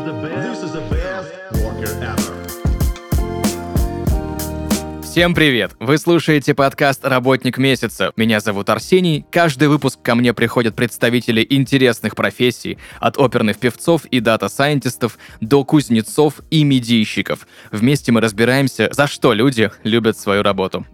This is the best worker ever. Всем привет! Вы слушаете подкаст «Работник месяца». Меня зовут Арсений. Каждый выпуск ко мне приходят представители интересных профессий, от оперных певцов и дата-сайентистов до кузнецов и медийщиков. Вместе мы разбираемся, за что люди любят свою работу.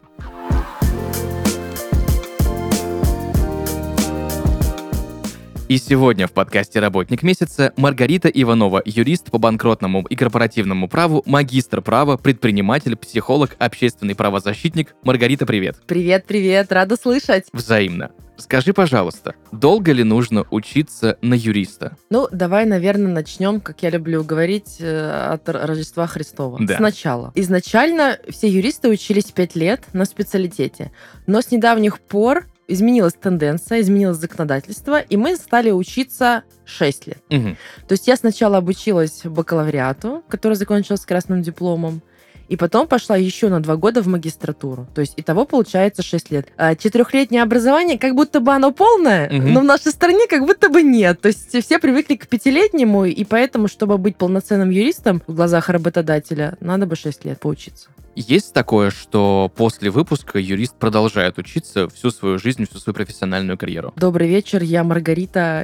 И сегодня в подкасте «Работник месяца» Маргарита Иванова, юрист по банкротному и корпоративному праву, магистр права, предприниматель, психолог, общественный правозащитник. Маргарита, привет. Привет, рада слышать. Взаимно. Скажи, пожалуйста, долго ли нужно учиться на юриста? Давай, наверное, начнем, как я люблю говорить, от Рождества Христова. Да. Сначала. Изначально все юристы учились 5 лет на специалитете, но с недавних пор изменилась тенденция, изменилось законодательство, и мы стали учиться 6 лет. Угу. То есть я сначала обучилась бакалавриату, который закончился красным дипломом, и потом пошла еще на 2 года в магистратуру. То есть итого получается 6 лет. 4-летнее образование, как будто бы оно полное, но в нашей стране как будто бы нет. То есть все привыкли к 5-летнему, и поэтому, чтобы быть полноценным юристом в глазах работодателя, надо бы 6 лет поучиться. Есть такое, что после выпуска юрист продолжает учиться всю свою жизнь, всю свою профессиональную карьеру? Добрый вечер, я Маргарита,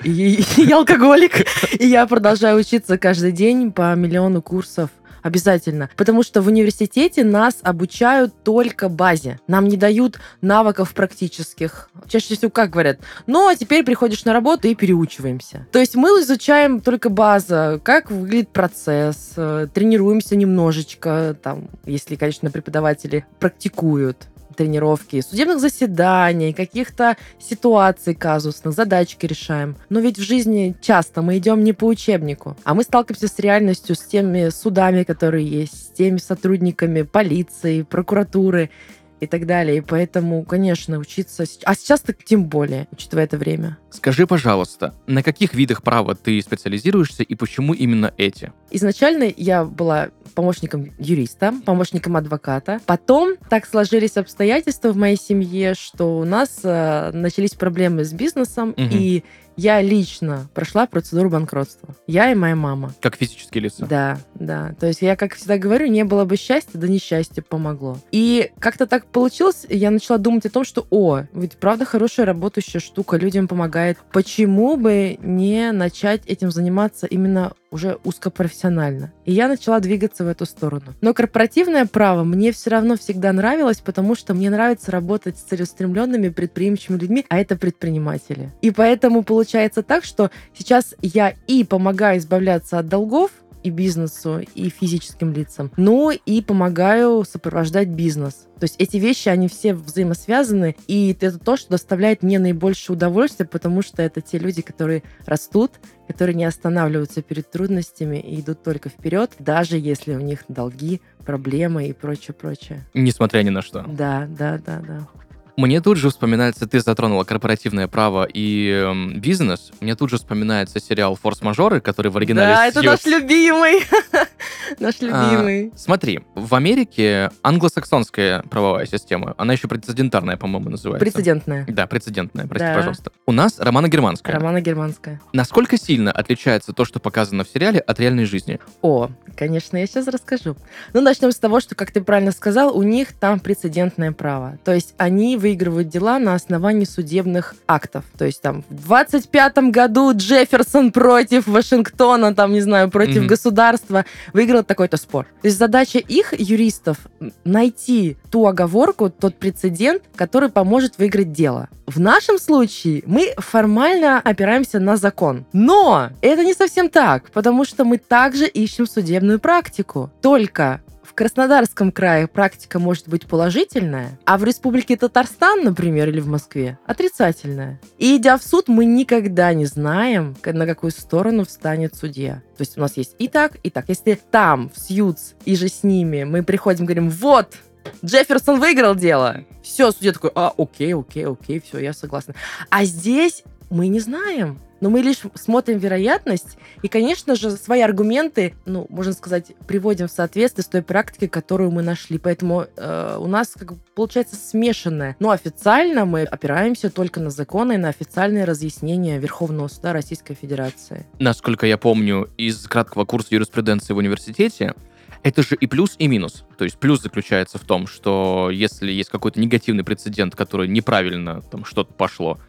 и я алкоголик, и я продолжаю учиться каждый день по 1 миллиону курсов. Обязательно. Потому что в университете нас обучают только базе. Нам не дают навыков практических. Чаще всего как говорят? А теперь приходишь на работу и переучиваемся. То есть мы изучаем только базу, как выглядит процесс, тренируемся немножечко, если, конечно, преподаватели практикуют тренировки, судебных заседаний, каких-то ситуаций казусных, задачки решаем. Но ведь в жизни часто мы идем не по учебнику, а мы сталкиваемся с реальностью, с теми судами, которые есть, с теми сотрудниками полиции, прокуратуры и так далее. И поэтому, конечно, учиться... А сейчас так тем более, учитывая это время. Скажи, пожалуйста, на каких видах права ты специализируешься и почему именно эти? Изначально я была помощником юриста, помощником адвоката. Потом так сложились обстоятельства в моей семье, что у нас начались проблемы с бизнесом, и я лично прошла процедуру банкротства. Я и моя мама. Как физические лица? Да. То есть я, как всегда говорю, не было бы счастья, да несчастье помогло. И как-то так получилось, я начала думать о том, что, ведь правда хорошая работающая штука, людям помогает. Почему бы не начать этим заниматься именно уже узкопрофессионально? И я начала двигаться в эту сторону. Но корпоративное право мне все равно всегда нравилось, потому что мне нравится работать с целеустремленными, предприимчивыми людьми, а это предприниматели. И поэтому получается так, что сейчас я и помогаю избавляться от долгов, и бизнесу, и физическим лицам, но и помогаю сопровождать бизнес. То есть эти вещи, они все взаимосвязаны, и это то, что доставляет мне наибольшее удовольствие, потому что это те люди, которые растут, которые не останавливаются перед трудностями и идут только вперед, даже если у них долги, проблемы и прочее. Несмотря ни на что. Да. Мне тут же вспоминается, ты затронула корпоративное право и бизнес. Мне тут же вспоминается сериал «Форс-мажоры», который в оригинале... Да, это наш любимый. Наш любимый. Смотри, в Америке англосаксонская правовая система, она еще прецедентарная, по-моему, называется. Прецедентная. Да, прецедентная, прости, Да. пожалуйста. У нас романо-германская. Романо-германская. Насколько сильно отличается то, что показано в сериале, от реальной жизни? Конечно, я сейчас расскажу. Начнем с того, что, как ты правильно сказал, у них там прецедентное право. То есть они выигрывают дела на основании судебных актов. То есть в 25-м году Джефферсон против Вашингтона, против государства выиграл такой-то спор. То есть задача их, юристов, найти ту оговорку, тот прецедент, который поможет выиграть дело. В нашем случае мы формально опираемся на закон. Но это не совсем так, потому что мы также ищем судебную практику. Только в Краснодарском крае практика может быть положительная, а в Республике Татарстан, например, или в Москве, отрицательная. И идя в суд, мы никогда не знаем, на какую сторону встанет судья. То есть у нас есть и так, и так. Если там, в Сьюз, и же с ними, мы приходим, говорим, Джефферсон выиграл дело. Все, судья такой, окей, все, я согласна. А здесь мы не знаем. Но мы лишь смотрим вероятность и, конечно же, свои аргументы, можно сказать, приводим в соответствие с той практикой, которую мы нашли. Поэтому у нас получается смешанное. Но официально мы опираемся только на законы и на официальные разъяснения Верховного суда Российской Федерации. Насколько я помню, из краткого курса юриспруденции в университете, это же и плюс, и минус. То есть плюс заключается в том, что если есть какой-то негативный прецедент, который неправильно там что-то пошло,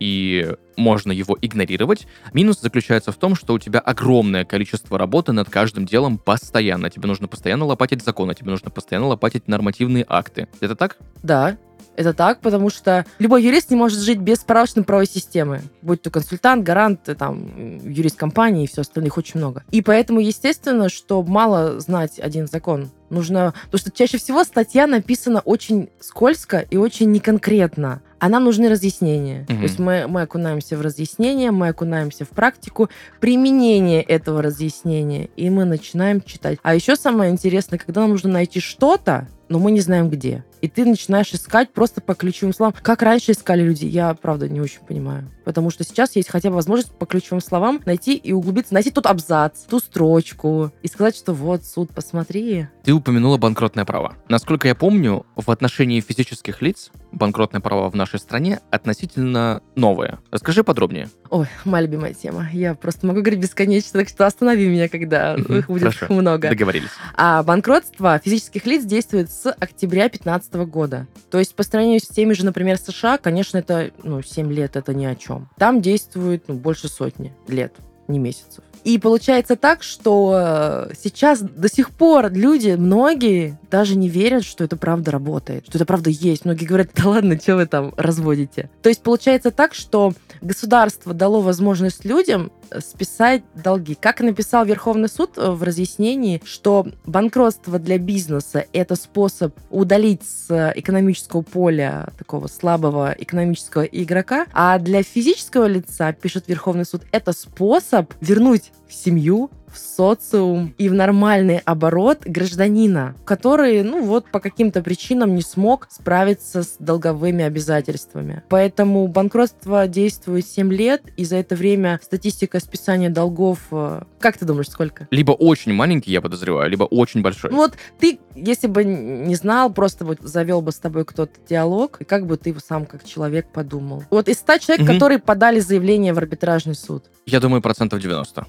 и можно его игнорировать. Минус заключается в том, что у тебя огромное количество работы над каждым делом постоянно. Тебе нужно постоянно лопатить законы, тебе нужно постоянно лопатить нормативные акты. Это так? Да, это так, потому что любой юрист не может жить без справочной правовой системы. Будь то консультант, гарант, юрист компании и все остальное, их очень много. И поэтому, естественно, что мало знать один закон. Нужно... Потому что чаще всего статья написана очень скользко и очень неконкретно. А нам нужны разъяснения. То есть мы окунаемся в разъяснения, мы окунаемся в практику применения этого разъяснения, и мы начинаем читать. А еще самое интересное, когда нам нужно найти что-то, но мы не знаем где. И ты начинаешь искать просто по ключевым словам. Как раньше искали люди, я, правда, не очень понимаю. Потому что сейчас есть хотя бы возможность по ключевым словам найти и углубиться, найти тот абзац, ту строчку, и сказать, что вот, суд, посмотри. Ты упомянула банкротное право. Насколько я помню, в отношении физических лиц банкротное право в нашей стране относительно новое. Расскажи подробнее. Ой, моя любимая тема. Я просто могу говорить бесконечно, так что останови меня, когда их будет Хорошо, много. договорились. А банкротство физических лиц действует с октября 2015 года. То есть по сравнению с теми же, например, США, конечно, это 7 лет, это ни о чем. Там действует больше сотни лет, не месяцев. И получается так, что сейчас до сих пор люди, многие, даже не верят, что это правда работает, что это правда есть. Многие говорят, да ладно, что вы там разводите? То есть получается так, что государство дало возможность людям списать долги. Как написал Верховный суд в разъяснении, что банкротство для бизнеса – это способ удалить с экономического поля такого слабого экономического игрока, а для физического лица, пишет Верховный суд, это способ вернуть в семью, в социум и в нормальный оборот гражданина, который, по каким-то причинам не смог справиться с долговыми обязательствами. Поэтому банкротство действует 7 лет, и за это время статистика списания долгов, как ты думаешь, сколько? Либо очень маленький, я подозреваю, либо очень большой. Вот ты, если бы не знал, просто завел бы с тобой кто-то диалог, и как бы ты сам как человек подумал. Вот из 100 человек, которые подали заявление в арбитражный суд. Я думаю, 90%.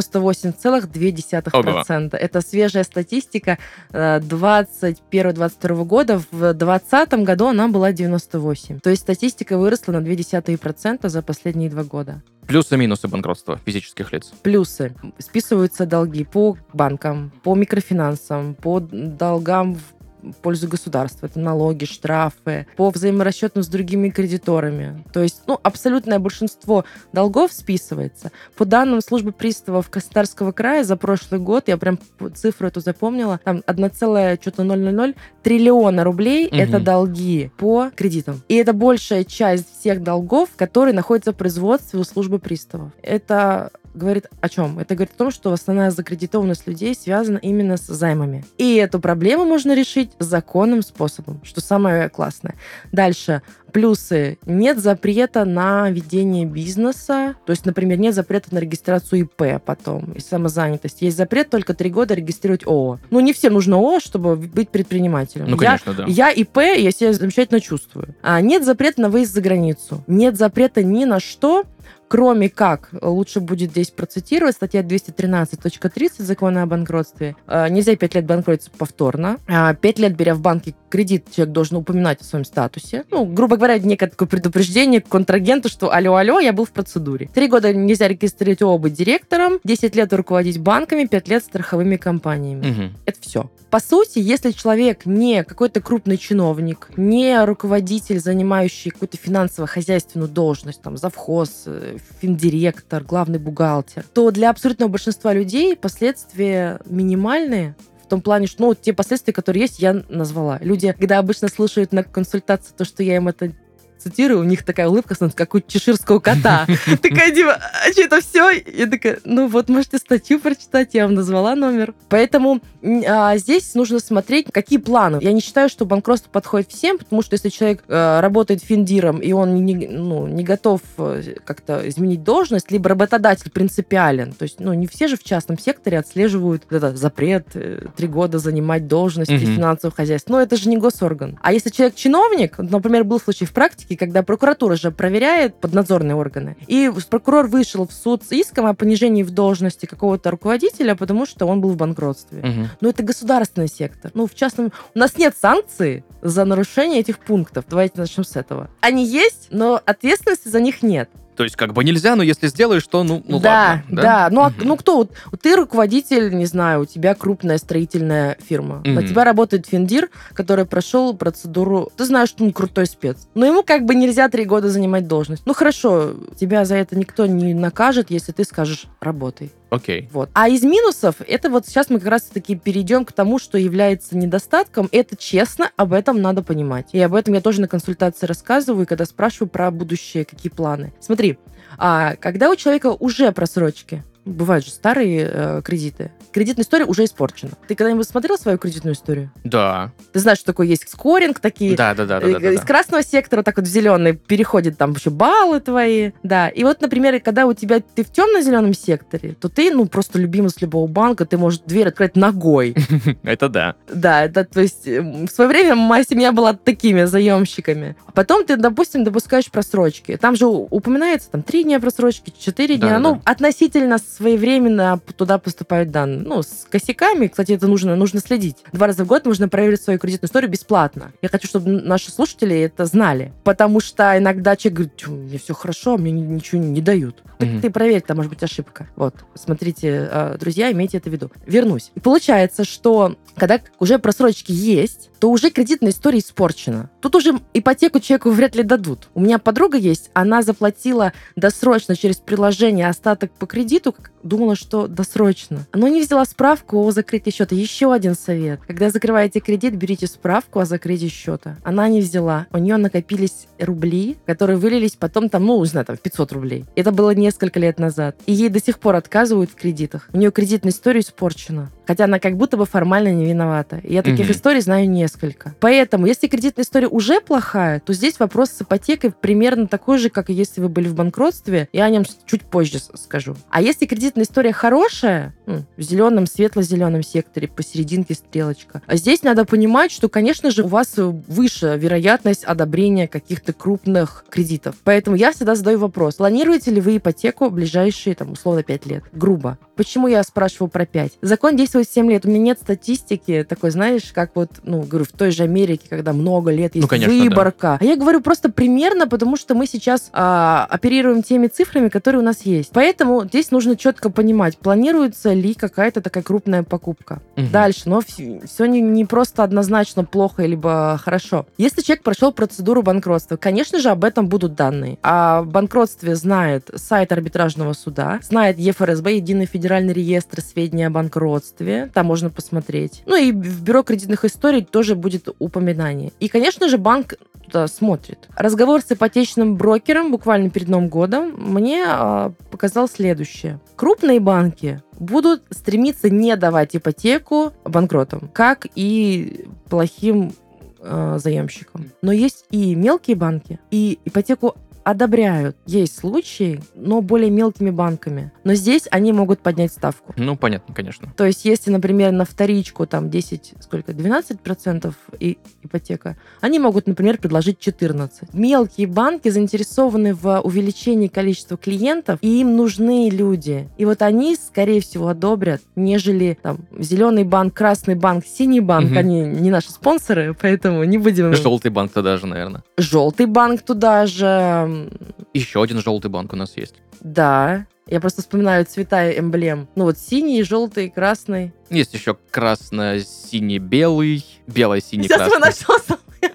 98,2%. Это свежая статистика 21-22 года. В 2020 году она была 98%. То есть статистика выросла на 0,2% за последние 2 года. Плюсы-минусы банкротства физических лиц. Плюсы. Списываются долги по банкам, по микрофинансам, по долгам в пользу государства. Это налоги, штрафы, по взаиморасчетам с другими кредиторами. То есть, абсолютное большинство долгов списывается. По данным службы приставов Краснодарского края за прошлый год, я прям цифру эту запомнила, там 1,000 триллиона рублей это долги по кредитам. И это большая часть всех долгов, которые находятся в производстве у службы приставов. Это говорит о чем? Это говорит о том, что основная закредитованность людей связана именно с займами. И эту проблему можно решить законным способом, что самое классное. Дальше. Плюсы. Нет запрета на ведение бизнеса. То есть, например, нет запрета на регистрацию ИП потом и самозанятость. Есть запрет только 3 года регистрировать ООО. Не всем нужно ООО, чтобы быть предпринимателем. Конечно, да. Я ИП, я себя замечательно чувствую. Нет запрета на выезд за границу. Нет запрета ни на что, кроме как, лучше будет здесь процитировать, статья 213.30 Закона о банкротстве. Нельзя 5 лет банкротиться повторно. 5 лет, беря в банке кредит, человек должен упоминать о своем статусе. Грубо говоря, некое такое предупреждение к контрагенту, что алло, я был в процедуре. 3 года нельзя регистрировать ООО, быть директором, 10 лет руководить банками, 5 лет страховыми компаниями. Это все. По сути, если человек не какой-то крупный чиновник, не руководитель, занимающий какую-то финансово-хозяйственную должность, там, завхоз, финдиректор, главный бухгалтер, то для абсолютного большинства людей последствия минимальные, в том плане, что те последствия, которые есть, я назвала. Люди, когда обычно слушают на консультации то, что я им это цитирую, у них такая улыбка становится, как у чеширского кота. Такая, типа, а что это все? Я такая, ну вот, можете статью прочитать, я вам назвала номер. Поэтому здесь нужно смотреть, какие планы. Я не считаю, что банкротство подходит всем, потому что если человек работает финдиром, и он не готов как-то изменить должность, либо работодатель принципиален. То есть, не все же в частном секторе отслеживают запрет 3 года занимать должность в финансовом хозяйстве. Но это же не госорган. А если человек чиновник, например, был случай в практике, когда прокуратура же проверяет поднадзорные органы, и прокурор вышел в суд с иском о понижении в должности какого-то руководителя, потому что он был в банкротстве. Но это государственный сектор. В частном... У нас нет санкций за нарушение этих пунктов. Давайте начнем с этого. Они есть, но ответственности за них нет. То есть как бы нельзя, но если сделаешь, то да, ладно. Да. Кто? Вот ты руководитель, не знаю, у тебя крупная строительная фирма. На тебя работает финдир, который прошел процедуру... Ты знаешь, что он крутой спец. Но ему как бы нельзя 3 года занимать должность. Хорошо, тебя за это никто не накажет, если ты скажешь «работай». Окей. Вот. А из минусов, это вот сейчас мы как раз-таки перейдем к тому, что является недостатком. Это честно, об этом надо понимать. И об этом я тоже на консультации рассказываю, когда спрашиваю про будущее, какие планы. Смотри, когда у человека уже просрочки, бывают же старые кредиты, кредитная история уже испорчена. Ты когда-нибудь смотрел свою кредитную историю? Да. Ты знаешь, что такое есть скоринг, такие... Да. Из красного сектора так вот в зеленый переходят там еще баллы твои. Да. И вот, например, когда ты в темно-зеленом секторе, то ты, просто любимец любого банка, ты можешь дверь открыть ногой. Это да. Да, то есть в свое время моя семья была такими заемщиками. А потом ты, допустим, допускаешь просрочки. Там же упоминается 3 дня просрочки, 4 дня. Да. Относительно своевременно туда поступают данные. С косяками, кстати, это нужно следить. 2 раза в год можно проверить свою кредитную историю бесплатно. Я хочу, чтобы наши слушатели это знали. Потому что иногда человек говорит, мне все хорошо, а мне ничего не дают. Так ты проверь, там может быть ошибка. Вот, смотрите, друзья, имейте это в виду. Вернусь. И получается, что когда уже просрочки есть, то уже кредитная история испорчена. Тут уже ипотеку человеку вряд ли дадут. У меня подруга есть, она заплатила досрочно через приложение остаток по кредиту, думала, что досрочно. Но не взяла справку о закрытии счета. Еще один совет. Когда закрываете кредит, берите справку о закрытии счета. Она не взяла. У нее накопились рубли, которые вылились потом в 500 рублей. Это было несколько лет назад. И ей до сих пор отказывают в кредитах. У нее кредитная история испорчена. Хотя она как будто бы формально не виновата. И я таких историй знаю несколько. Поэтому, если кредитная история уже плохая, то здесь вопрос с ипотекой примерно такой же, как и если вы были в банкротстве. Я о нем чуть позже скажу. А если кредитная история хорошая, в зеленом, светло-зеленом секторе, посерединке стрелочка, а здесь надо понимать, что, конечно же, у вас выше вероятность одобрения каких-то крупных кредитов. Поэтому я всегда задаю вопрос. Планируете ли вы ипотеку в ближайшие, условно, 5 лет? Грубо. Почему я спрашиваю про 5? Закон действует 7 лет. У меня нет статистики такой, знаешь, как говорю, в той же Америке, когда много лет есть выборка. Да. А я говорю просто примерно, потому что мы сейчас оперируем теми цифрами, которые у нас есть. Поэтому здесь нужно четко понимать, планируется ли какая-то такая крупная покупка. Дальше. Но все не просто однозначно плохо либо хорошо. Если человек прошел процедуру банкротства, конечно же, об этом будут данные. О банкротстве знает сайт арбитражного суда, знает ЕФРСБ, Единый федеральный реестр сведений о банкротстве. Там можно посмотреть. И в бюро кредитных историй тоже будет упоминание. И, конечно же, банк туда смотрит. Разговор с ипотечным брокером буквально перед Новым годом мне показал следующее. Крупные банки будут стремиться не давать ипотеку банкротам, как и плохим заемщикам. Но есть и мелкие банки, и ипотеку одобряют. Есть случаи, но более мелкими банками. Но здесь они могут поднять ставку. Понятно, конечно. То есть, если, например, на вторичку 12% ипотека, они могут, например, предложить 14%. Мелкие банки заинтересованы в увеличении количества клиентов, и им нужны люди. И они, скорее всего, одобрят, нежели зеленый банк, красный банк, синий банк. Они не наши спонсоры, поэтому не будем... Желтый банк туда же, наверное. Желтый банк туда же... Еще один желтый банк у нас есть. Да. Я просто вспоминаю цвета эмблем. Синий, желтый, красный. Есть еще красно-синий-белый, бело-синий-красный. Сейчас мы начнем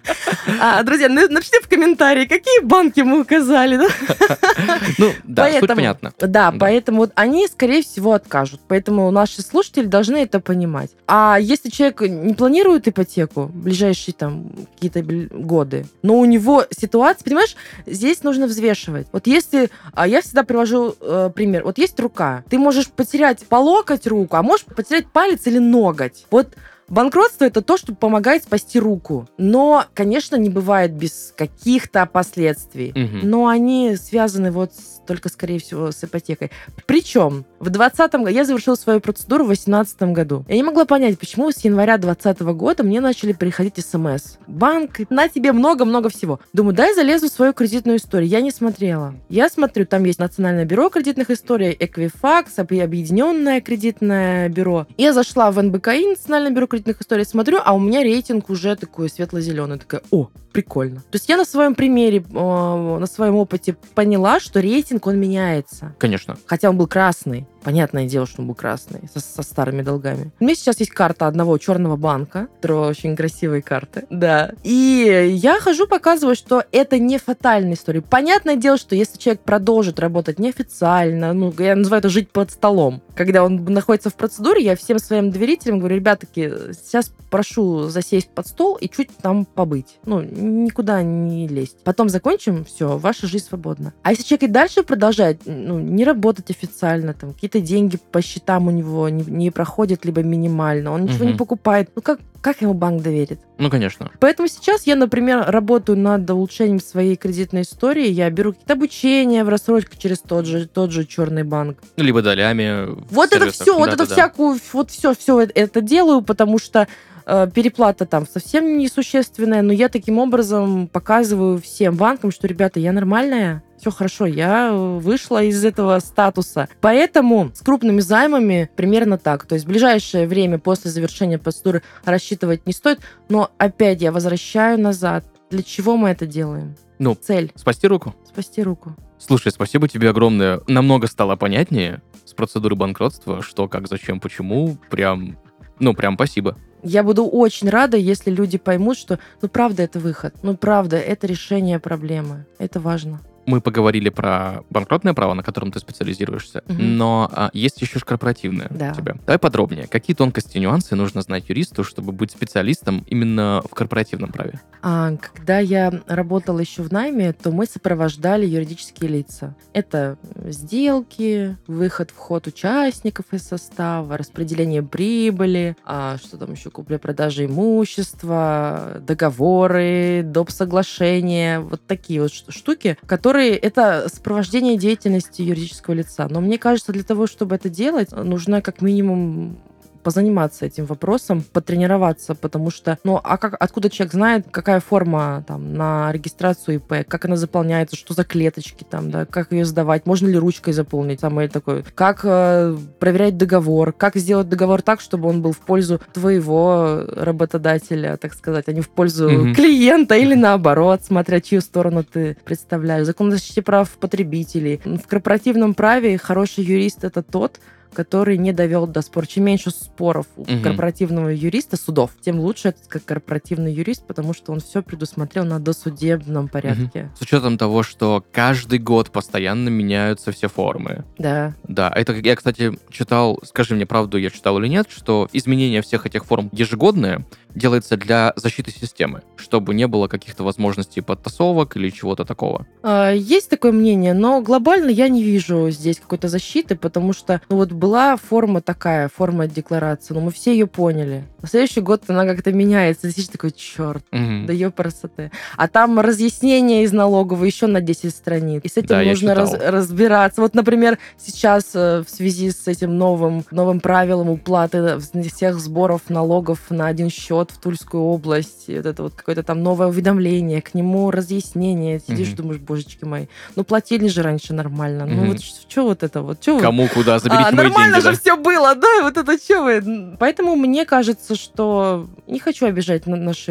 Друзья, напишите в комментарии, какие банки мы указали. Да? Ну, да, суть понятна. Да, поэтому вот они, скорее всего, откажут. Поэтому наши слушатели должны это понимать. А если человек не планирует ипотеку в ближайшие там какие-то годы, но у него ситуация, понимаешь, здесь нужно взвешивать. Вот если, я всегда привожу пример, вот есть рука, ты можешь потерять по локоть руку, а можешь потерять палец или ноготь. Вот банкротство – это то, что помогает спасти руку. Но, конечно, не бывает без каких-то последствий. Но они связаны только, скорее всего, с ипотекой. Причем в 2020 году я завершила свою процедуру в 2018 году. Я не могла понять, почему с января 2020 года мне начали приходить СМС. Банк, на тебе много-много всего. Думаю, дай залезу в свою кредитную историю. Я не смотрела. Я смотрю, там есть Национальное бюро кредитных историй, Эквифакс, Объединенное кредитное бюро. Я зашла в НБКИ, Национальное бюро кредитных историй, смотрю, а у меня рейтинг уже такой светло-зеленый. Такая, прикольно. То есть я на своем примере, на своем опыте поняла, что рейтинг, он меняется. Конечно. Хотя он был красный. Понятное дело, что он был красный, со старыми долгами. У меня сейчас есть карта одного черного банка, которого очень красивые карты. Да. И я хожу, показываю, что это не фатальная история. Понятное дело, что если человек продолжит работать неофициально, я называю это жить под столом, когда он находится в процедуре, я всем своим доверителям говорю, ребятки, сейчас прошу засесть под стол и чуть там побыть. Никуда не лезть. Потом закончим, все, ваша жизнь свободна. А если человек и дальше продолжает, не работать официально, там, какие-то деньги по счетам у него не проходят, либо минимально, он ничего не покупает, как ему банк доверит? Конечно. Поэтому сейчас я, например, работаю над улучшением своей кредитной истории. Я беру какие-то обучения в рассрочку через тот же черный банк. Либо долями. Вот это все, все это делаю, потому что переплата там совсем несущественная, но я таким образом показываю всем банкам, что, ребята, я нормальная, все хорошо, я вышла из этого статуса. Поэтому с крупными займами примерно так. То есть в ближайшее время после завершения процедуры рассчитывать не стоит, но опять я возвращаю назад. Для чего мы это делаем? Цель. Спасти руку? Спасти руку. Слушай, спасибо тебе огромное. Намного стало понятнее с процедуры банкротства, что, как, зачем, почему. Прям спасибо. Я буду очень рада, если люди поймут, что, правда, это выход. Правда, это решение проблемы. Это важно. Мы поговорили про банкротное право, на котором ты специализируешься, но есть еще ж корпоративное у тебя. Давай подробнее. Какие тонкости и нюансы нужно знать юристу, чтобы быть специалистом именно в корпоративном праве? Когда я работала еще в найме, то мы сопровождали юридические лица. Это сделки, вход участников из состава, распределение прибыли, что там еще, купля-продажа имущества, договоры, доп. Соглашения, вот такие вот штуки, которые это сопровождение деятельности юридического лица. Но мне кажется, для того, чтобы это делать, нужно как минимум позаниматься этим вопросом, потренироваться, потому что, откуда человек знает, какая форма там на регистрацию ИП, как она заполняется, что за клеточки там, да, как ее сдавать, можно ли ручкой заполнить, там, или такое, как проверять договор, как сделать договор так, чтобы он был в пользу твоего работодателя, так сказать, а не в пользу клиента или наоборот, смотря чью сторону ты представляешь. Закон о защите прав потребителей. В корпоративном праве хороший юрист — это тот, который не довел до спора. Чем меньше споров у корпоративного юриста, судов, тем лучше этот как корпоративный юрист, потому что он все предусмотрел на досудебном порядке. С учетом того, что каждый год постоянно меняются все формы. Да. Да, это я, кстати, читал, скажи мне правду, я читал или нет, что изменение всех этих форм ежегодное делается для защиты системы, чтобы не было каких-то возможностей подтасовок или чего-то такого. Есть такое мнение, но глобально я не вижу здесь какой-то защиты, потому что была форма такая, форма декларации, но мы все ее поняли. На следующий год она как-то меняется. Здесь такой, черт, да ёпарасоте. А там разъяснение из налоговой еще на 10 страниц. И с этим нужно разбираться. Вот, например, сейчас в связи с этим новым правилом уплаты всех сборов налогов на один счет в Тульскую область, вот это вот какое-то там новое уведомление, к нему разъяснение. Сидишь, думаешь, божечки мои, платили же раньше нормально. Что вот это вот? Кому куда заберите мои деньги? Нормально же все было, да? Вот это что вы? Поэтому мне кажется, что не хочу обижать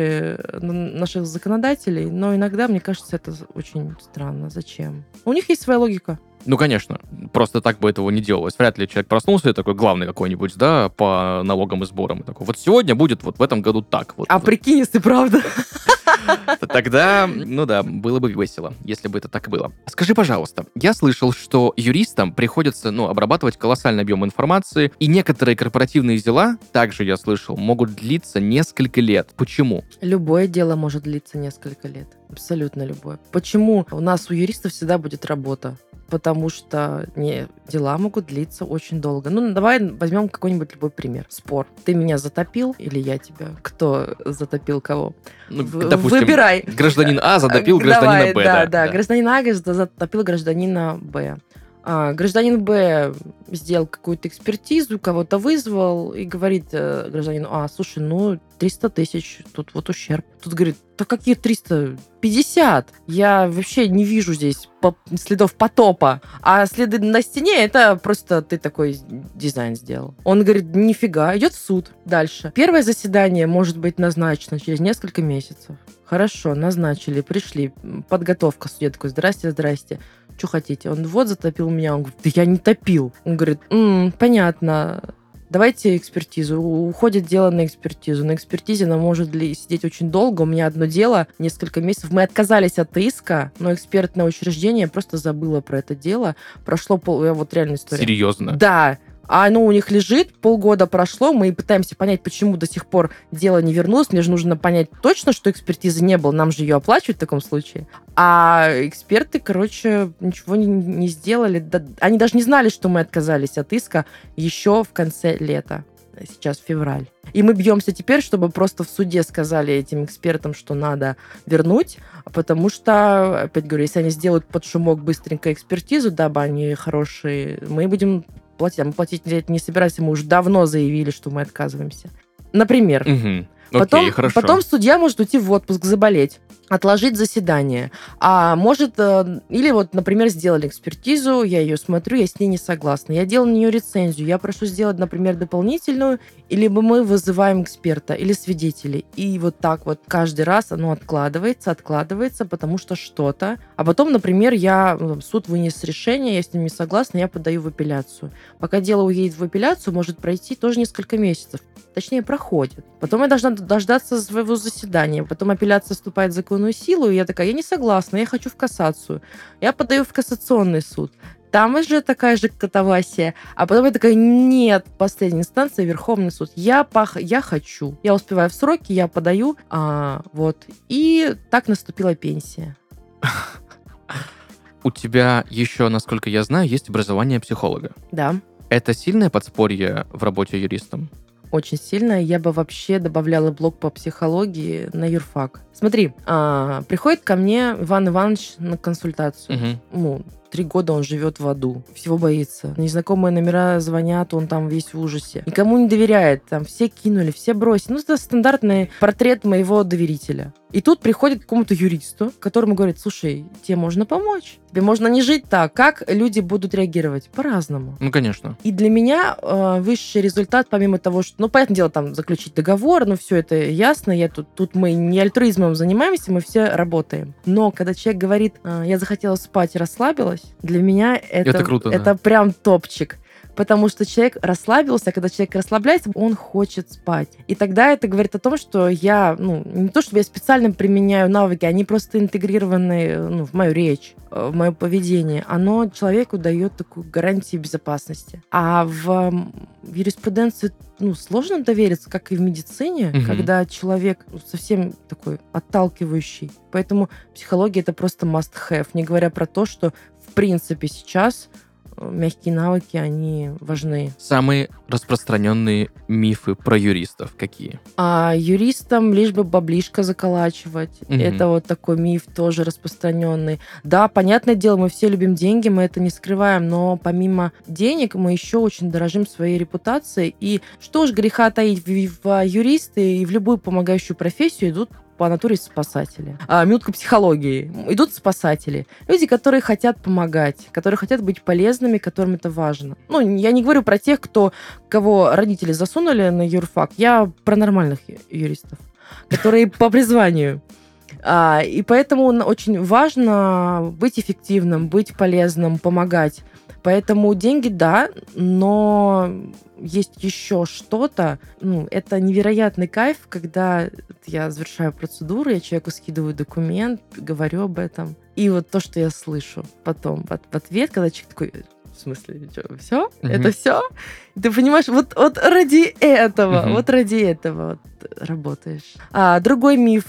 наших законодателей, но иногда мне кажется, это очень странно. Зачем? У них есть своя логика. Ну, конечно. Просто так бы этого не делалось. Вряд ли человек проснулся и такой главный какой-нибудь, да, по налогам и сборам. И такой, вот сегодня будет вот в этом году так. Вот. А прикинь, если правда. Тогда, ну да, было бы весело, если бы это так было. Скажи, пожалуйста, я слышал, что юристам приходится, обрабатывать колоссальный объем информации, и некоторые корпоративные дела, также я слышал, могут длиться несколько лет. Почему? Любое дело может длиться несколько лет. Абсолютно любое. Почему у нас у юристов всегда будет работа? Потому что дела могут длиться очень долго. Ну, давай возьмем какой-нибудь любой пример. Спор. Ты меня затопил или я тебя? Кто затопил кого? Ну, допустим, выбирай. Гражданин А затопил гражданина Б. Да. Гражданин А затопил гражданина Б. Гражданин Б сделал какую-то экспертизу, кого-то вызвал и говорит гражданину А, слушай, 300 тысяч, тут вот ущерб. Тут говорит, да какие 350? Я вообще не вижу здесь следов потопа. А следы на стене, это просто ты такой дизайн сделал. Он говорит, нифига, идет в суд. Дальше. Первое заседание может быть назначено через несколько месяцев. Хорошо, назначили, пришли, подготовка. Судья такой, здрасте. Что хотите? Он вот затопил меня. Он говорит, да я не топил. Он говорит, понятно. Давайте экспертизу. Уходит дело на экспертизу. На экспертизе она может сидеть очень долго. У меня одно дело, несколько месяцев. Мы отказались от иска, но экспертное учреждение просто забыло про это дело. Прошло вот реальная история. Серьезно? Да. А оно у них лежит, полгода прошло, мы пытаемся понять, почему до сих пор дело не вернулось. Мне же нужно понять точно, что экспертизы не было, нам же ее оплачивают в таком случае. А эксперты, ничего не сделали. Они даже не знали, что мы отказались от иска еще в конце лета. Сейчас февраль. И мы бьемся теперь, чтобы просто в суде сказали этим экспертам, что надо вернуть, потому что, опять говорю, если они сделают под шумок быстренько экспертизу, дабы они хорошие, мы будем платить. А мы платить не собираемся, мы уже давно заявили, что мы отказываемся. Например. Потом судья может уйти в отпуск, заболеть, отложить заседание. А может, или вот, например, сделали экспертизу, я ее смотрю, я с ней не согласна. Я делаю на нее рецензию, я прошу сделать, например, дополнительную, или мы вызываем эксперта или свидетелей. И вот так вот каждый раз оно откладывается, потому что что-то. А потом, например, суд вынес решение, я с ним не согласна, я подаю в апелляцию. Пока дело уедет в апелляцию, может пройти тоже несколько месяцев. Точнее, проходит. Потом я должна дождаться своего заседания. Потом апелляция вступает в законную силу, и я такая, я не согласна, я хочу в кассацию. Я подаю в кассационный суд. Там уже такая же катавасия. А потом я такая, нет, последняя инстанция, Верховный суд. Я хочу. Я успеваю в сроки, я подаю. И так наступила пенсия. У тебя еще, насколько я знаю, есть образование психолога. Да. Это сильное подспорье в работе юристом? Очень сильно. Я бы вообще добавляла блок по психологии на юрфак. Смотри, приходит ко мне Иван Иванович на консультацию. 3 года он живет в аду. Всего боится. Незнакомые номера звонят, он там весь в ужасе. Никому не доверяет. Там все кинули, все бросили. Это стандартный портрет моего доверителя. И тут приходит к какому-то юристу, которому говорит, слушай, тебе можно помочь. Тебе можно не жить так. Как люди будут реагировать? По-разному. Ну, конечно. И для меня высший результат, помимо того, что, понятное дело, там, заключить договор, все это ясно, тут мы не альтруизмом занимаемся, мы все работаем. Но когда человек говорит, я захотела спать и расслабилась, для меня это круто, это прям топчик. Потому что человек расслабился, а когда человек расслабляется, он хочет спать. И тогда это говорит о том, что я, не то чтобы я специально применяю навыки, они просто интегрированы в мою речь, в мое поведение. Оно человеку дает такую гарантию безопасности. А в юриспруденции сложно довериться, как и в медицине, когда человек совсем такой отталкивающий. Поэтому психология — это просто must-have, не говоря про то, что в принципе сейчас мягкие навыки, они важны. Самые распространенные мифы про юристов какие? Юристам лишь бы баблишко заколачивать. Это вот такой миф тоже распространенный. Да, понятное дело, мы все любим деньги, мы это не скрываем, но помимо денег мы еще очень дорожим своей репутацией. И что уж греха таить, в юристы и в любую помогающую профессию идут по натуре спасатели. Минутка психологии. Идут спасатели. Люди, которые хотят помогать, которые хотят быть полезными, которым это важно. Я не говорю про тех, кого родители засунули на юрфак. Я про нормальных юристов, которые по призванию. И поэтому очень важно быть эффективным, быть полезным, помогать. Поэтому деньги, да, но есть еще что-то. Это невероятный кайф, когда я завершаю процедуру, я человеку скидываю документ, говорю об этом. И вот то, что я слышу потом в ответ, когда человек такой: в смысле, все? Это все? Ты понимаешь, вот ради этого, вот работаешь. Другой миф.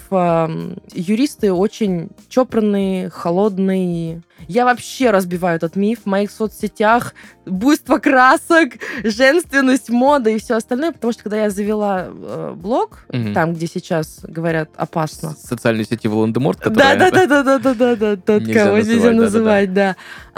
Юристы очень чопорные, холодные. Я вообще разбиваю этот миф. В моих соцсетях буйство красок, женственность, мода и все остальное, потому что когда я завела блог, там, где сейчас говорят опасно. Социальной сети Волан-де-Морт, которая... Да, тот, кого нельзя называть, да.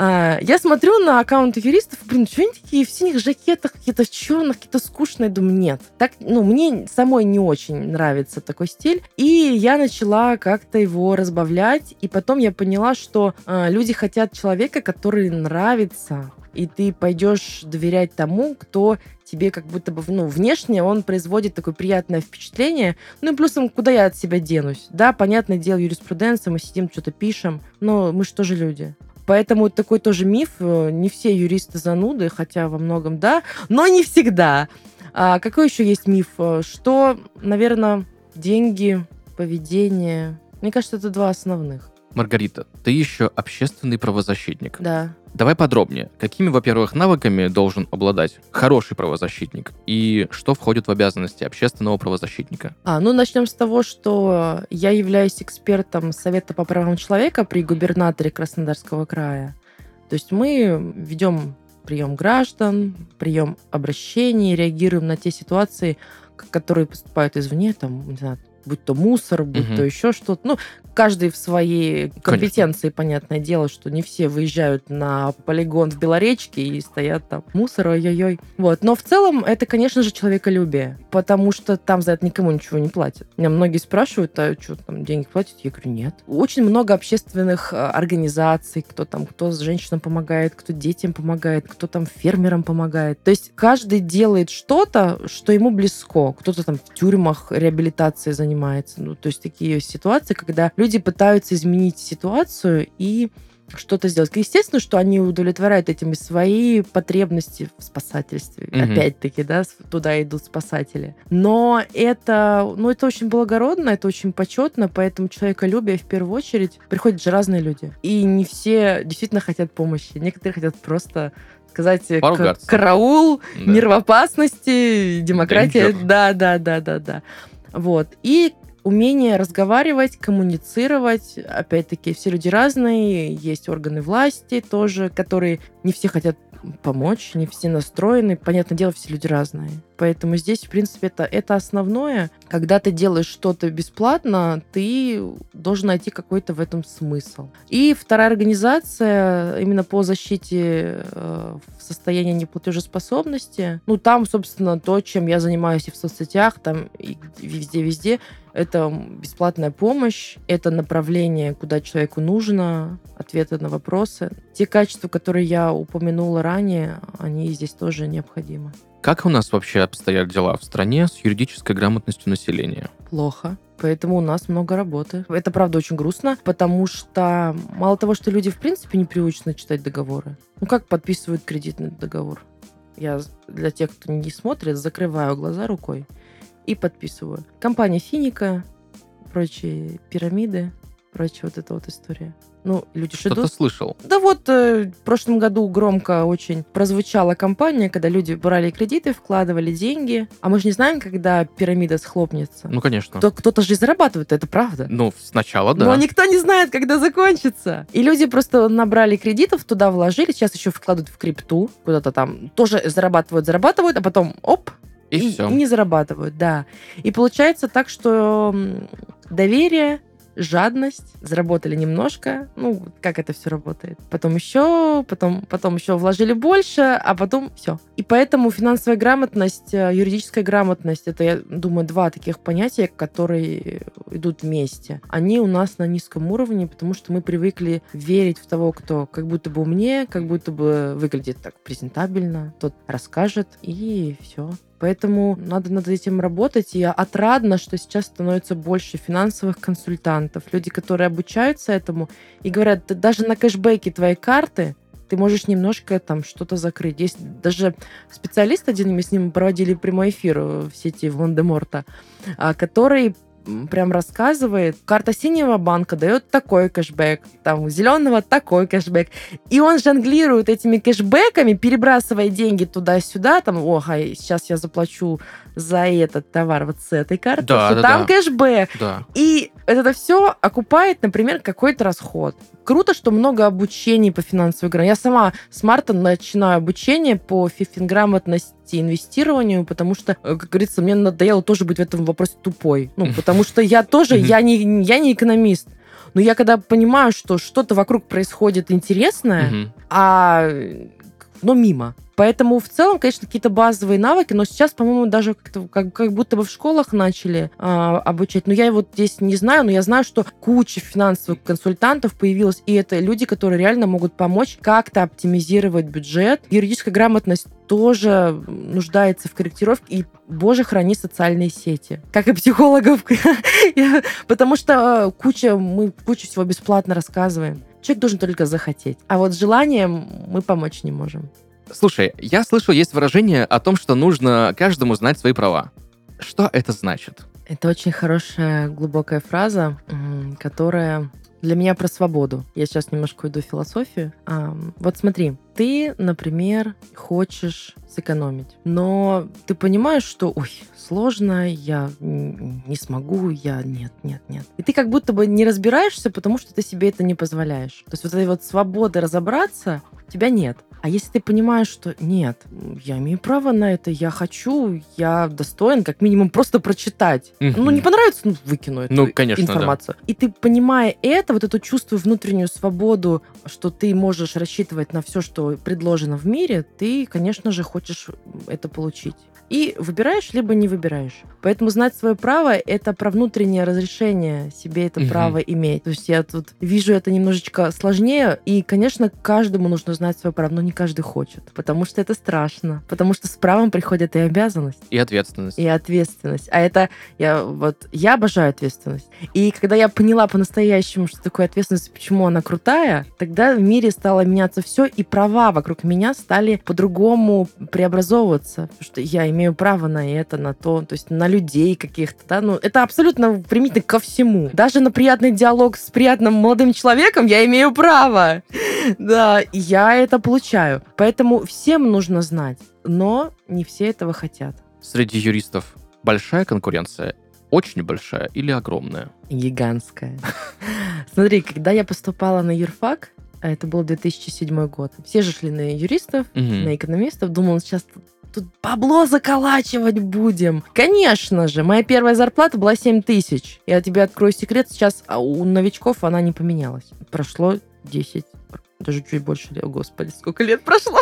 Я смотрю на аккаунты юристов, что они такие в синих жакетах, какие-то черных, какие-то скучные. Думаю, нет. Так, мне самой не очень нравится такой стиль. И я начала как-то его разбавлять. И потом я поняла, что люди хотят человека, который нравится. И ты пойдешь доверять тому, кто тебе как будто бы, внешне он производит такое приятное впечатление. И плюсом, куда я от себя денусь? Да, понятное дело, юриспруденция, мы сидим, что-то пишем, но мы же тоже люди. Поэтому такой тоже миф. Не все юристы зануды, хотя во многом да, но не всегда. Какой еще есть миф? Что, наверное, деньги, поведение. Мне кажется, это два основных. Маргарита, ты еще общественный правозащитник. Да. Давай подробнее. Какими, во-первых, навыками должен обладать хороший правозащитник? И что входит в обязанности общественного правозащитника? Начнем с того, что я являюсь экспертом Совета по правам человека при губернаторе Краснодарского края. То есть мы ведем прием граждан, прием обращений, реагируем на те ситуации, которые поступают извне, не знаю, будь то мусор, будь то еще что-то. Каждый в своей компетенции, конечно. Понятное дело, что не все выезжают на полигон в Белоречке и стоят там мусор, ой-ой-ой. Но в целом это, конечно же, человеколюбие, потому что там за это никому ничего не платят. Меня многие спрашивают, что там деньги платят? Я говорю, нет. Очень много общественных организаций, кто женщинам помогает, кто детям помогает, кто фермерам помогает. То есть каждый делает что-то, что ему близко. Кто-то в тюрьмах реабилитацией занимается. То есть такие ситуации, когда люди пытаются изменить ситуацию и что-то сделать. Естественно, что они удовлетворяют этими свои потребности в спасательстве. Опять-таки, да, туда идут спасатели. Но это очень благородно, это очень почетно, поэтому человеколюбие в первую очередь. Приходят же разные люди. И не все действительно хотят помощи. Некоторые хотят просто сказать караул, да. Мир в опасности, демократия. Да. И умение разговаривать, коммуницировать. Опять-таки, все люди разные. Есть органы власти тоже, которые не все хотят помочь, не все настроены. Понятное дело, все люди разные. Поэтому здесь, в принципе, это основное. Когда ты делаешь что-то бесплатно, ты должен найти какой-то в этом смысл. И вторая организация именно по защите в состоянии неплатежеспособности. Там, собственно, то, чем я занимаюсь и в соцсетях, и везде. Это бесплатная помощь, это направление, куда человеку нужно, ответы на вопросы. Те качества, которые я упомянула ранее, они здесь тоже необходимы. Как у нас вообще обстоят дела в стране с юридической грамотностью населения? Плохо. Поэтому у нас много работы. Это, правда, очень грустно, потому что мало того, что люди, в принципе, не приучены читать договоры. Как подписывают кредитный договор? Я для тех, кто не смотрит, закрываю глаза рукой и подписываю. Компания Финика, прочие пирамиды, прочая эта история. Люди что-то идут. Слышал. Да в прошлом году громко очень прозвучала компания, когда люди брали кредиты, вкладывали деньги. А мы же не знаем, когда пирамида схлопнется. Конечно. Кто-то же и зарабатывает, это правда. Сначала да. Но никто не знает, когда закончится. И люди просто набрали кредитов, туда вложили, сейчас еще вкладывают в крипту, куда-то там тоже зарабатывают, а потом оп, и все. Не зарабатывают, да. И получается так, что доверие, жадность, заработали немножко, как это все работает. Потом еще вложили больше, а потом все. И поэтому финансовая грамотность, юридическая грамотность, это, я думаю, два таких понятия, которые идут вместе. Они у нас на низком уровне, потому что мы привыкли верить в того, кто как будто бы умнее, как будто бы выглядит так презентабельно, тот расскажет, и все. Поэтому надо над этим работать. И отрадно, что сейчас становится больше финансовых консультантов. Люди, которые обучаются этому и говорят, «Да даже на кэшбэке твоей карты ты можешь немножко там что-то закрыть». Есть даже специалист один, мы с ним проводили прямой эфир в сети Волан-де-Морта, который прям рассказывает, карта синего банка дает такой кэшбэк, там у зеленого такой кэшбэк. И он жонглирует этими кэшбэками, перебрасывая деньги туда-сюда, там, сейчас я заплачу за этот товар вот с этой карты, там кэшбэк. Да. И это все окупает, например, какой-то расход. Круто, что много обучений по финансовой грамотности. Я сама с марта начинаю обучение по финграмотности, инвестированию, потому что, как говорится, мне надоело тоже быть в этом вопросе тупой. Потому что я тоже, я не экономист. Но я когда понимаю, что что-то вокруг происходит интересное, но мимо. Поэтому в целом, конечно, какие-то базовые навыки, но сейчас, по-моему, даже как будто бы в школах начали обучать. Но я вот здесь не знаю, но я знаю, что куча финансовых консультантов появилась, и это люди, которые реально могут помочь как-то оптимизировать бюджет. Юридическая грамотность тоже нуждается в корректировке, и, боже, храни социальные сети. Как и психологов. Потому что мы кучу всего бесплатно рассказываем. Человек должен только захотеть. А вот с желанием мы помочь не можем. Слушай, я слышу, есть выражение о том, что нужно каждому знать свои права. Что это значит? Это очень хорошая, глубокая фраза, которая для меня про свободу. Я сейчас немножко уйду в философию. Вот смотри, ты, например, хочешь сэкономить, но ты понимаешь, что, сложно, я не смогу, нет. И ты как будто бы не разбираешься, потому что ты себе это не позволяешь. То есть вот этой вот свободы разобраться у тебя нет. А если ты понимаешь, что нет, я имею право на это, я хочу, я достоин как минимум просто прочитать. Не понравится, выкину эту информацию. Да. И ты, понимая это, вот эту чувствую внутреннюю свободу, что ты можешь рассчитывать на все, что предложено в мире, ты, конечно же, хочешь это получить. И выбираешь, либо не выбираешь. Поэтому знать свое право — это про внутреннее разрешение себе это право иметь. То есть я тут вижу это немножечко сложнее, и, конечно, каждому нужно знать свое право, но не каждый хочет, потому что это страшно, потому что с правом приходит и обязанность. И ответственность. А это... Я обожаю ответственность. И когда я поняла по-настоящему, что такое ответственность, почему она крутая, тогда в мире стало меняться все, и права вокруг меня стали по-другому преобразовываться, потому что я имею право на это, на то есть на людей каких-то, да, это абсолютно применительно ко всему. Даже на приятный диалог с приятным молодым человеком я имею право. Да, и я это получаю. Поэтому всем нужно знать, но не все этого хотят. Среди юристов большая конкуренция? Очень большая или огромная? Гигантская. Смотри, когда я поступала на юрфак, это был 2007 год, все же шли на юристов, на экономистов, думала, сейчас тут бабло заколачивать будем. Конечно же, моя первая зарплата была 7 тысяч. Я тебе открою секрет, сейчас у новичков она не поменялась. Прошло 10, даже чуть больше лет. Господи, сколько лет прошло.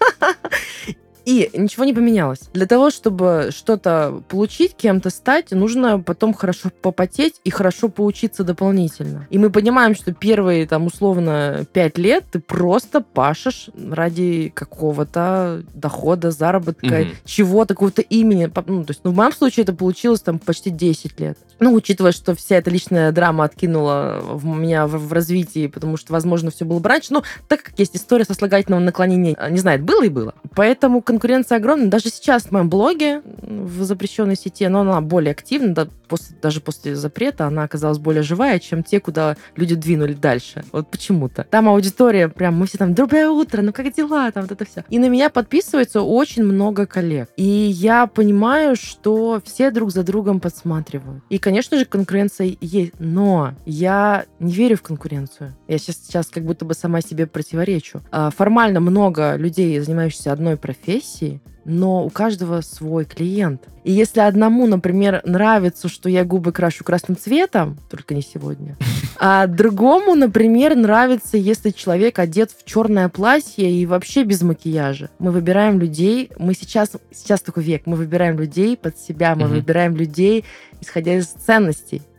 И ничего не поменялось. Для того, чтобы что-то получить, кем-то стать, нужно потом хорошо попотеть и хорошо поучиться дополнительно. И мы понимаем, что первые, условно, 5 лет ты просто пашешь ради какого-то дохода, заработка, чего-то, какого-то имени. В моем случае это получилось почти 10 лет. Учитывая, что вся эта личная драма откинула меня в развитии, потому что, возможно, все было бы раньше. Так как есть история сослагательного наклонения, не знаю, было и было. Поэтому конкуренция огромная. Даже сейчас в моем блоге в запрещенной сети, но она более активна, даже после запрета она оказалась более живая, чем те, куда люди двинули дальше. Вот почему-то. Там аудитория, прям мы все «Доброе утро, как дела?» вот это все. И на меня подписывается очень много коллег. И я понимаю, что все друг за другом подсматривают. И, конечно же, конкуренция есть, но я не верю в конкуренцию. Я сейчас как будто бы сама себе противоречу. Формально много людей, занимающихся одной профессией, но у каждого свой клиент. И если одному, например, нравится, что я губы крашу красным цветом, только не сегодня, а другому, например, нравится, если человек одет в черное платье и вообще без макияжа. Мы выбираем людей, мы сейчас такой век, мы выбираем людей под себя, мы выбираем людей, исходя из ценностей.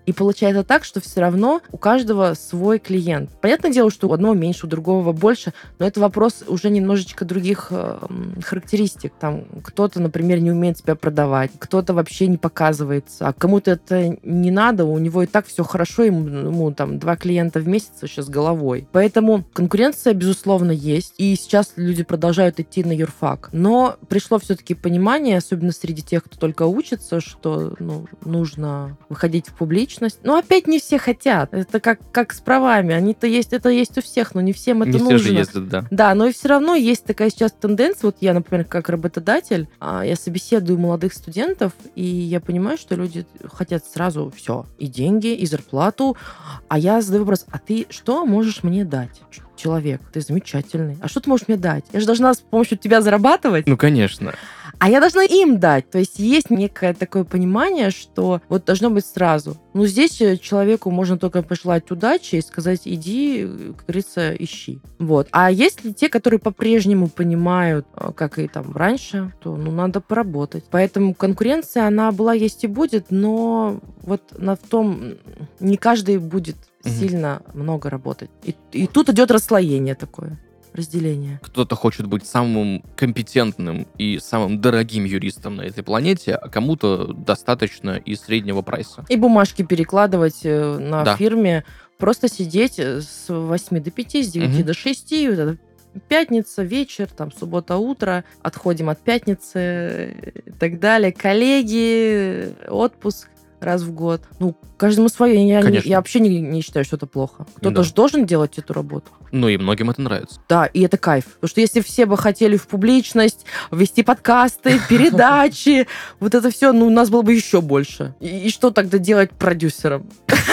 И получается так, что все равно у каждого свой клиент. Понятное дело, что у одного меньше, у другого больше, но это вопрос уже немножечко других характеристик. Там кто-то, например, не умеет себя продавать, кто-то вообще не показывается, а кому-то это не надо, у него и так все хорошо, ему там 2 клиента в месяц вообще с головой. Поэтому конкуренция, безусловно, есть. И сейчас люди продолжают идти на юрфак. Но пришло все-таки понимание, особенно среди тех, кто только учится, что нужно выходить в публичность. Но опять не все хотят. Это как с правами. Они-то есть, это есть у всех, но не всем это Не нужно. все же ездят, да. Да, но и все равно есть такая сейчас тенденция. Вот я, например, как работодатель, я собеседую молодых студентов, и я понимаю, что люди хотят сразу все, и деньги, и зарплату. А я задаю вопрос, а ты что можешь мне дать? Человек, ты замечательный. А что ты можешь мне дать? Я же должна с помощью тебя зарабатывать. Ну, конечно. А я должна им дать. То есть есть некое такое понимание, что вот должно быть сразу. Ну, здесь человеку можно только пожелать удачи и сказать, иди, как говорится, ищи. Вот. А есть ли те, которые по-прежнему понимают, как и там раньше, то надо поработать. Поэтому конкуренция, она была, есть и будет, но вот в том не каждый будет сильно много работать. И тут идет расслоение такое. Разделение. Кто-то хочет быть самым компетентным и самым дорогим юристом на этой планете, а кому-то достаточно и среднего прайса. И бумажки перекладывать на фирме, просто сидеть с 8 до 5, с 9 до 6, вот это пятница, вечер, там, суббота, утро, отходим от пятницы и так далее. Коллеги, отпуск раз в год. Каждому свое. Я вообще не считаю, что это плохо. Кто-то же должен делать эту работу. Ну и многим это нравится. Да, и это кайф. Потому что если все бы хотели в публичность, вести подкасты, передачи, вот это все, у нас было бы еще больше. И что тогда делать продюсером?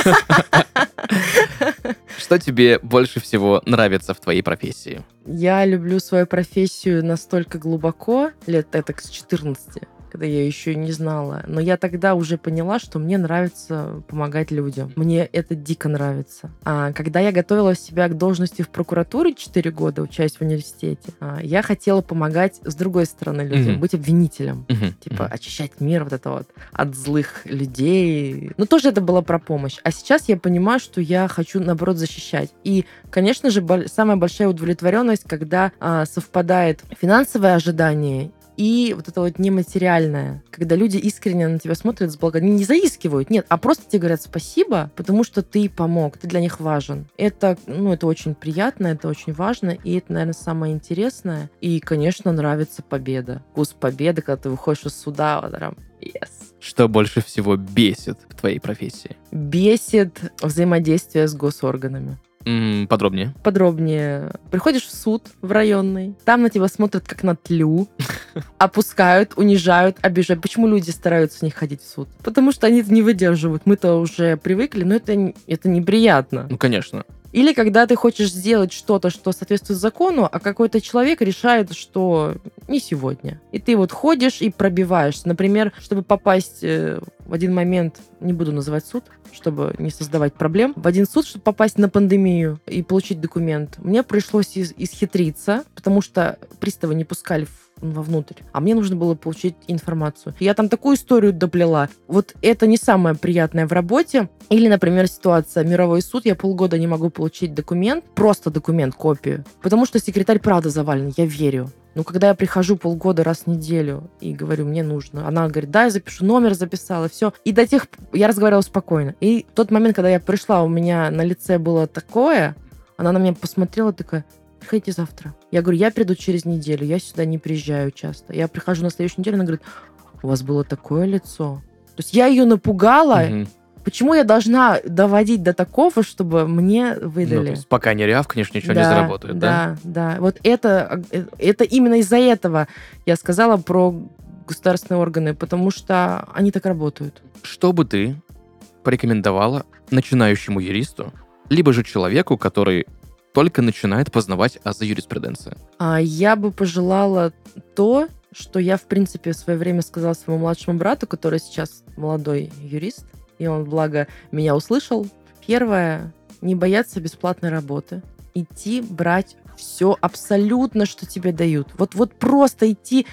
Что тебе больше всего нравится в твоей профессии? Я люблю свою профессию настолько глубоко, лет этак с 14, когда я еще не знала. Но я тогда уже поняла, что мне нравится помогать людям. Мне это дико нравится. А когда я готовила себя к должности в прокуратуре 4 года, учась в университете, я хотела помогать с другой стороны людям, быть обвинителем. Очищать мир вот это вот от злых людей. Но тоже это было про помощь. А сейчас я понимаю, что я хочу, наоборот, защищать. И, конечно же, самая большая удовлетворенность, когда совпадает финансовое ожидание и вот это вот нематериальное, когда люди искренне на тебя смотрят с благодарностью, не заискивают, нет, а просто тебе говорят спасибо, потому что ты помог, ты для них важен. Это очень приятно, это очень важно, и это, наверное, самое интересное. И, конечно, нравится победа. Вкус победы, когда ты выходишь из суда, вот прям, yes. Что больше всего бесит в твоей профессии? Бесит взаимодействие с госорганами. Подробнее. Подробнее. Приходишь в суд в районный, там на тебя смотрят как на тлю, опускают, унижают, обижают. Почему люди стараются не ходить в суд? Потому что они не выдерживают. Мы-то уже привыкли, но это неприятно. Ну, конечно. Или когда ты хочешь сделать что-то, что соответствует закону, а какой-то человек решает, что не сегодня. И ты вот ходишь и пробиваешься. Например, чтобы попасть в один момент, не буду называть суд, чтобы не создавать проблем, в один суд, чтобы попасть на пандемию и получить документ, мне пришлось исхитриться, потому что приставы не пускали вовнутрь, а мне нужно было получить информацию. Я там такую историю доплела. Вот это не самое приятное в работе. Или, например, ситуация мировой суд, я полгода не могу получить документ, просто документ, копию, потому что секретарь правда завален, я верю. Но когда я прихожу полгода раз в неделю и говорю, мне нужно, она говорит, да, я запишу, номер записала, все. И до тех я разговаривала спокойно. И в тот момент, когда я пришла, у меня на лице было такое, она на меня посмотрела такая, приходите завтра. Я говорю, я приду через неделю, я сюда не приезжаю часто. Я прихожу на следующую неделю, она говорит, у вас было такое лицо. То есть я ее напугала. Почему я должна доводить до такого, чтобы мне выдали? То есть пока не рявкнешь, ничего не заработает, да? Да. Вот это именно из-за этого я сказала про государственные органы, потому что они так работают. Что бы ты порекомендовала начинающему юристу, либо же человеку, который только начинает познавать азы юриспруденции? Я бы пожелала то, что я, в принципе, в свое время сказала своему младшему брату, который сейчас молодой юрист, и он, благо, меня услышал. Первое, не бояться бесплатной работы. Идти, брать все абсолютно, что тебе дают. Вот просто идти,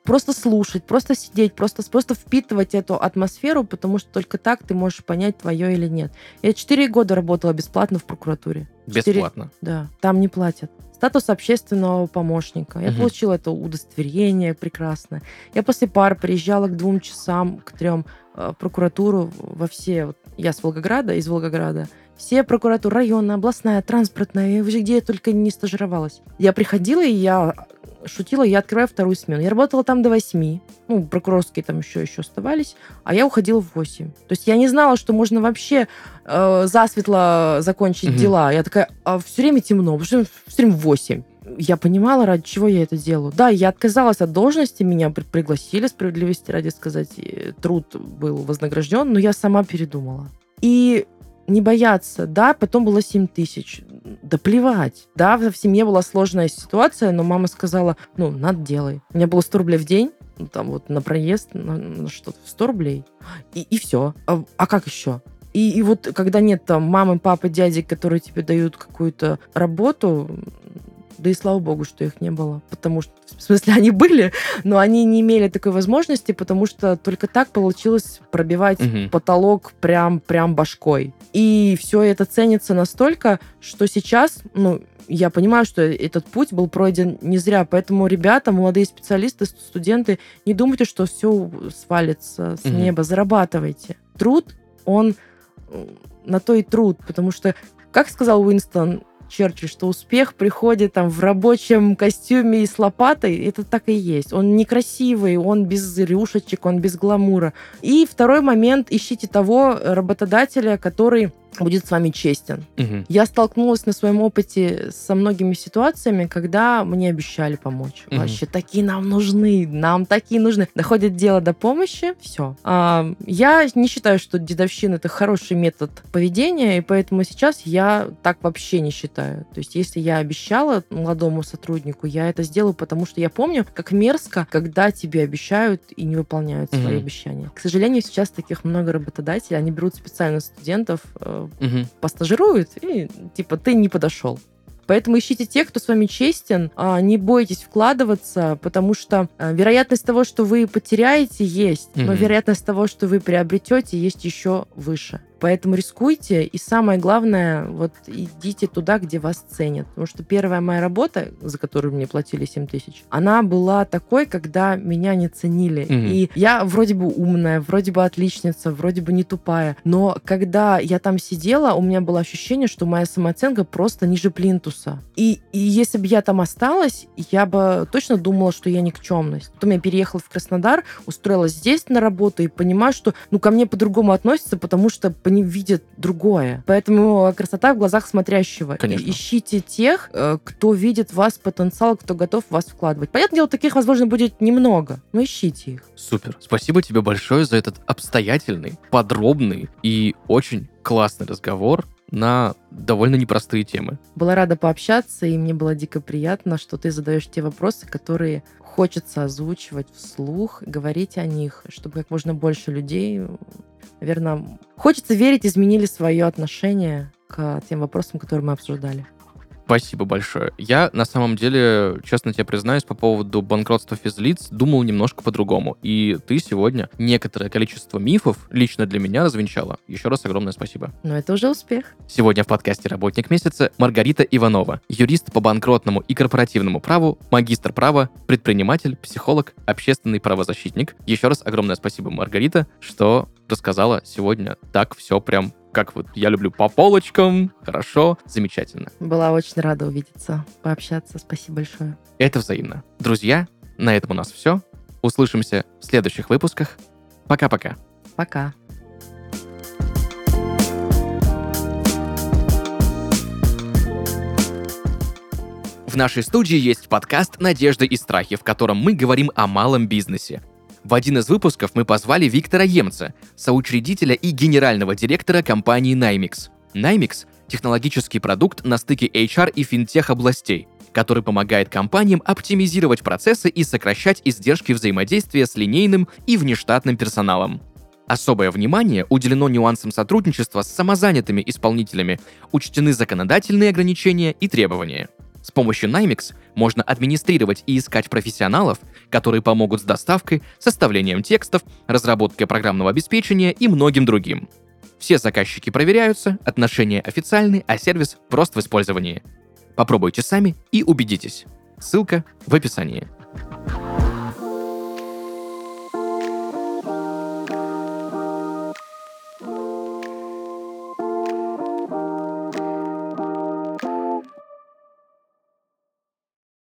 просто слушать, просто сидеть, просто впитывать эту атмосферу, потому что только так ты можешь понять, твое или нет. Я 4 года работала бесплатно в прокуратуре. Бесплатно? Да, там не платят. Статус общественного помощника. Я получила это удостоверение прекрасное. Я после пар приезжала к 2 часам, к 3 в прокуратуру во все... Я из Волгограда. Все прокуратуры, районная, областная, транспортная, где я только не стажировалась. Я приходила, и я шутила, я открываю 2-ю смену. Я работала там до 8. Прокурорские там еще оставались, а я уходила в 8. То есть я не знала, что можно вообще засветло закончить дела. Я такая, все время темно, все время в 8. Я понимала, ради чего я это делаю. Да, я отказалась от должности, меня пригласили, справедливости ради сказать, труд был вознагражден, но я сама передумала. И не бояться, да, потом было 7 тысяч. Да плевать. Да, в семье была сложная ситуация, но мама сказала, надо делай. У меня было 100 рублей в день, там вот на проезд, на что-то, 100 рублей. И все. А как еще? И вот когда нет там мамы, папы, дяди, которые тебе дают какую-то работу, да и слава богу, что их не было. Потому что, в смысле, они были, но они не имели такой возможности, потому что только так получилось пробивать потолок прям башкой. И все это ценится настолько, что сейчас, я понимаю, что этот путь был пройден не зря. Поэтому, ребята, молодые специалисты, студенты, не думайте, что все свалится с неба. Зарабатывайте. Труд, он на то и труд. Потому что, как сказал Уинстон Черчилль, что успех приходит там в рабочем костюме и с лопатой, это так и есть. Он некрасивый, он без рюшечек, он без гламура. И второй момент, ищите того работодателя, который будет с вами честен. Я столкнулась на своем опыте со многими ситуациями, когда мне обещали помочь. Вообще, такие нам нужны. Доходит дело до помощи, все. Я не считаю, что дедовщина — это хороший метод поведения, и поэтому сейчас я так вообще не считаю. То есть, если я обещала молодому сотруднику, я это сделаю, потому что я помню, как мерзко, когда тебе обещают и не выполняют свои обещания. К сожалению, сейчас таких много работодателей, они берут специально студентов, постажируют, и типа ты не подошел. Поэтому ищите тех, кто с вами честен, не бойтесь вкладываться, потому что вероятность того, что вы потеряете, есть, но вероятность того, что вы приобретете, есть еще выше. Поэтому рискуйте, и самое главное, вот идите туда, где вас ценят. Потому что первая моя работа, за которую мне платили 7 тысяч, она была такой, когда меня не ценили. И я вроде бы умная, вроде бы отличница, вроде бы не тупая. Но когда я там сидела, у меня было ощущение, что моя самооценка просто ниже плинтуса. И если бы я там осталась, я бы точно думала, что я никчемность. Потом я переехала в Краснодар, устроилась здесь на работу и понимаю, что ко мне по-другому относятся, потому что они видят другое. Поэтому красота в глазах смотрящего. Конечно. Ищите тех, кто видит в вас потенциал, кто готов в вас вкладывать. Понятное дело, таких, возможно, будет немного, но ищите их. Супер. Спасибо тебе большое за этот обстоятельный, подробный и очень классный разговор на довольно непростые темы. Была рада пообщаться, и мне было дико приятно, что ты задаешь те вопросы, которые хочется озвучивать вслух, говорить о них, чтобы как можно больше людей, наверное, хочется верить, изменили свое отношение к тем вопросам, которые мы обсуждали. Спасибо большое. Я, на самом деле, честно тебе признаюсь, по поводу банкротства физлиц думал немножко по-другому. И ты сегодня некоторое количество мифов лично для меня развенчала. Еще раз огромное спасибо. Но это уже успех. Сегодня в подкасте «Работник месяца» Маргарита Иванова, юрист по банкротному и корпоративному праву, магистр права, предприниматель, психолог, общественный правозащитник. Еще раз огромное спасибо, Маргарита, что рассказала сегодня так все прям как вот я люблю, по полочкам, хорошо, замечательно. Была очень рада увидеться, пообщаться. Спасибо большое. Это взаимно. Друзья, на этом у нас все. Услышимся в следующих выпусках. Пока-пока. Пока. В нашей студии есть подкаст «Надежды и страхи», в котором мы говорим о малом бизнесе. В один из выпусков мы позвали Виктора Емца, соучредителя и генерального директора компании Nymix. Nymix – технологический продукт на стыке HR и финтех областей, который помогает компаниям оптимизировать процессы и сокращать издержки взаимодействия с линейным и внештатным персоналом. Особое внимание уделено нюансам сотрудничества с самозанятыми исполнителями, учтены законодательные ограничения и требования. С помощью Nymex можно администрировать и искать профессионалов, которые помогут с доставкой, составлением текстов, разработкой программного обеспечения и многим другим. Все заказчики проверяются, отношения официальны, а сервис прост в использовании. Попробуйте сами и убедитесь. Ссылка в описании.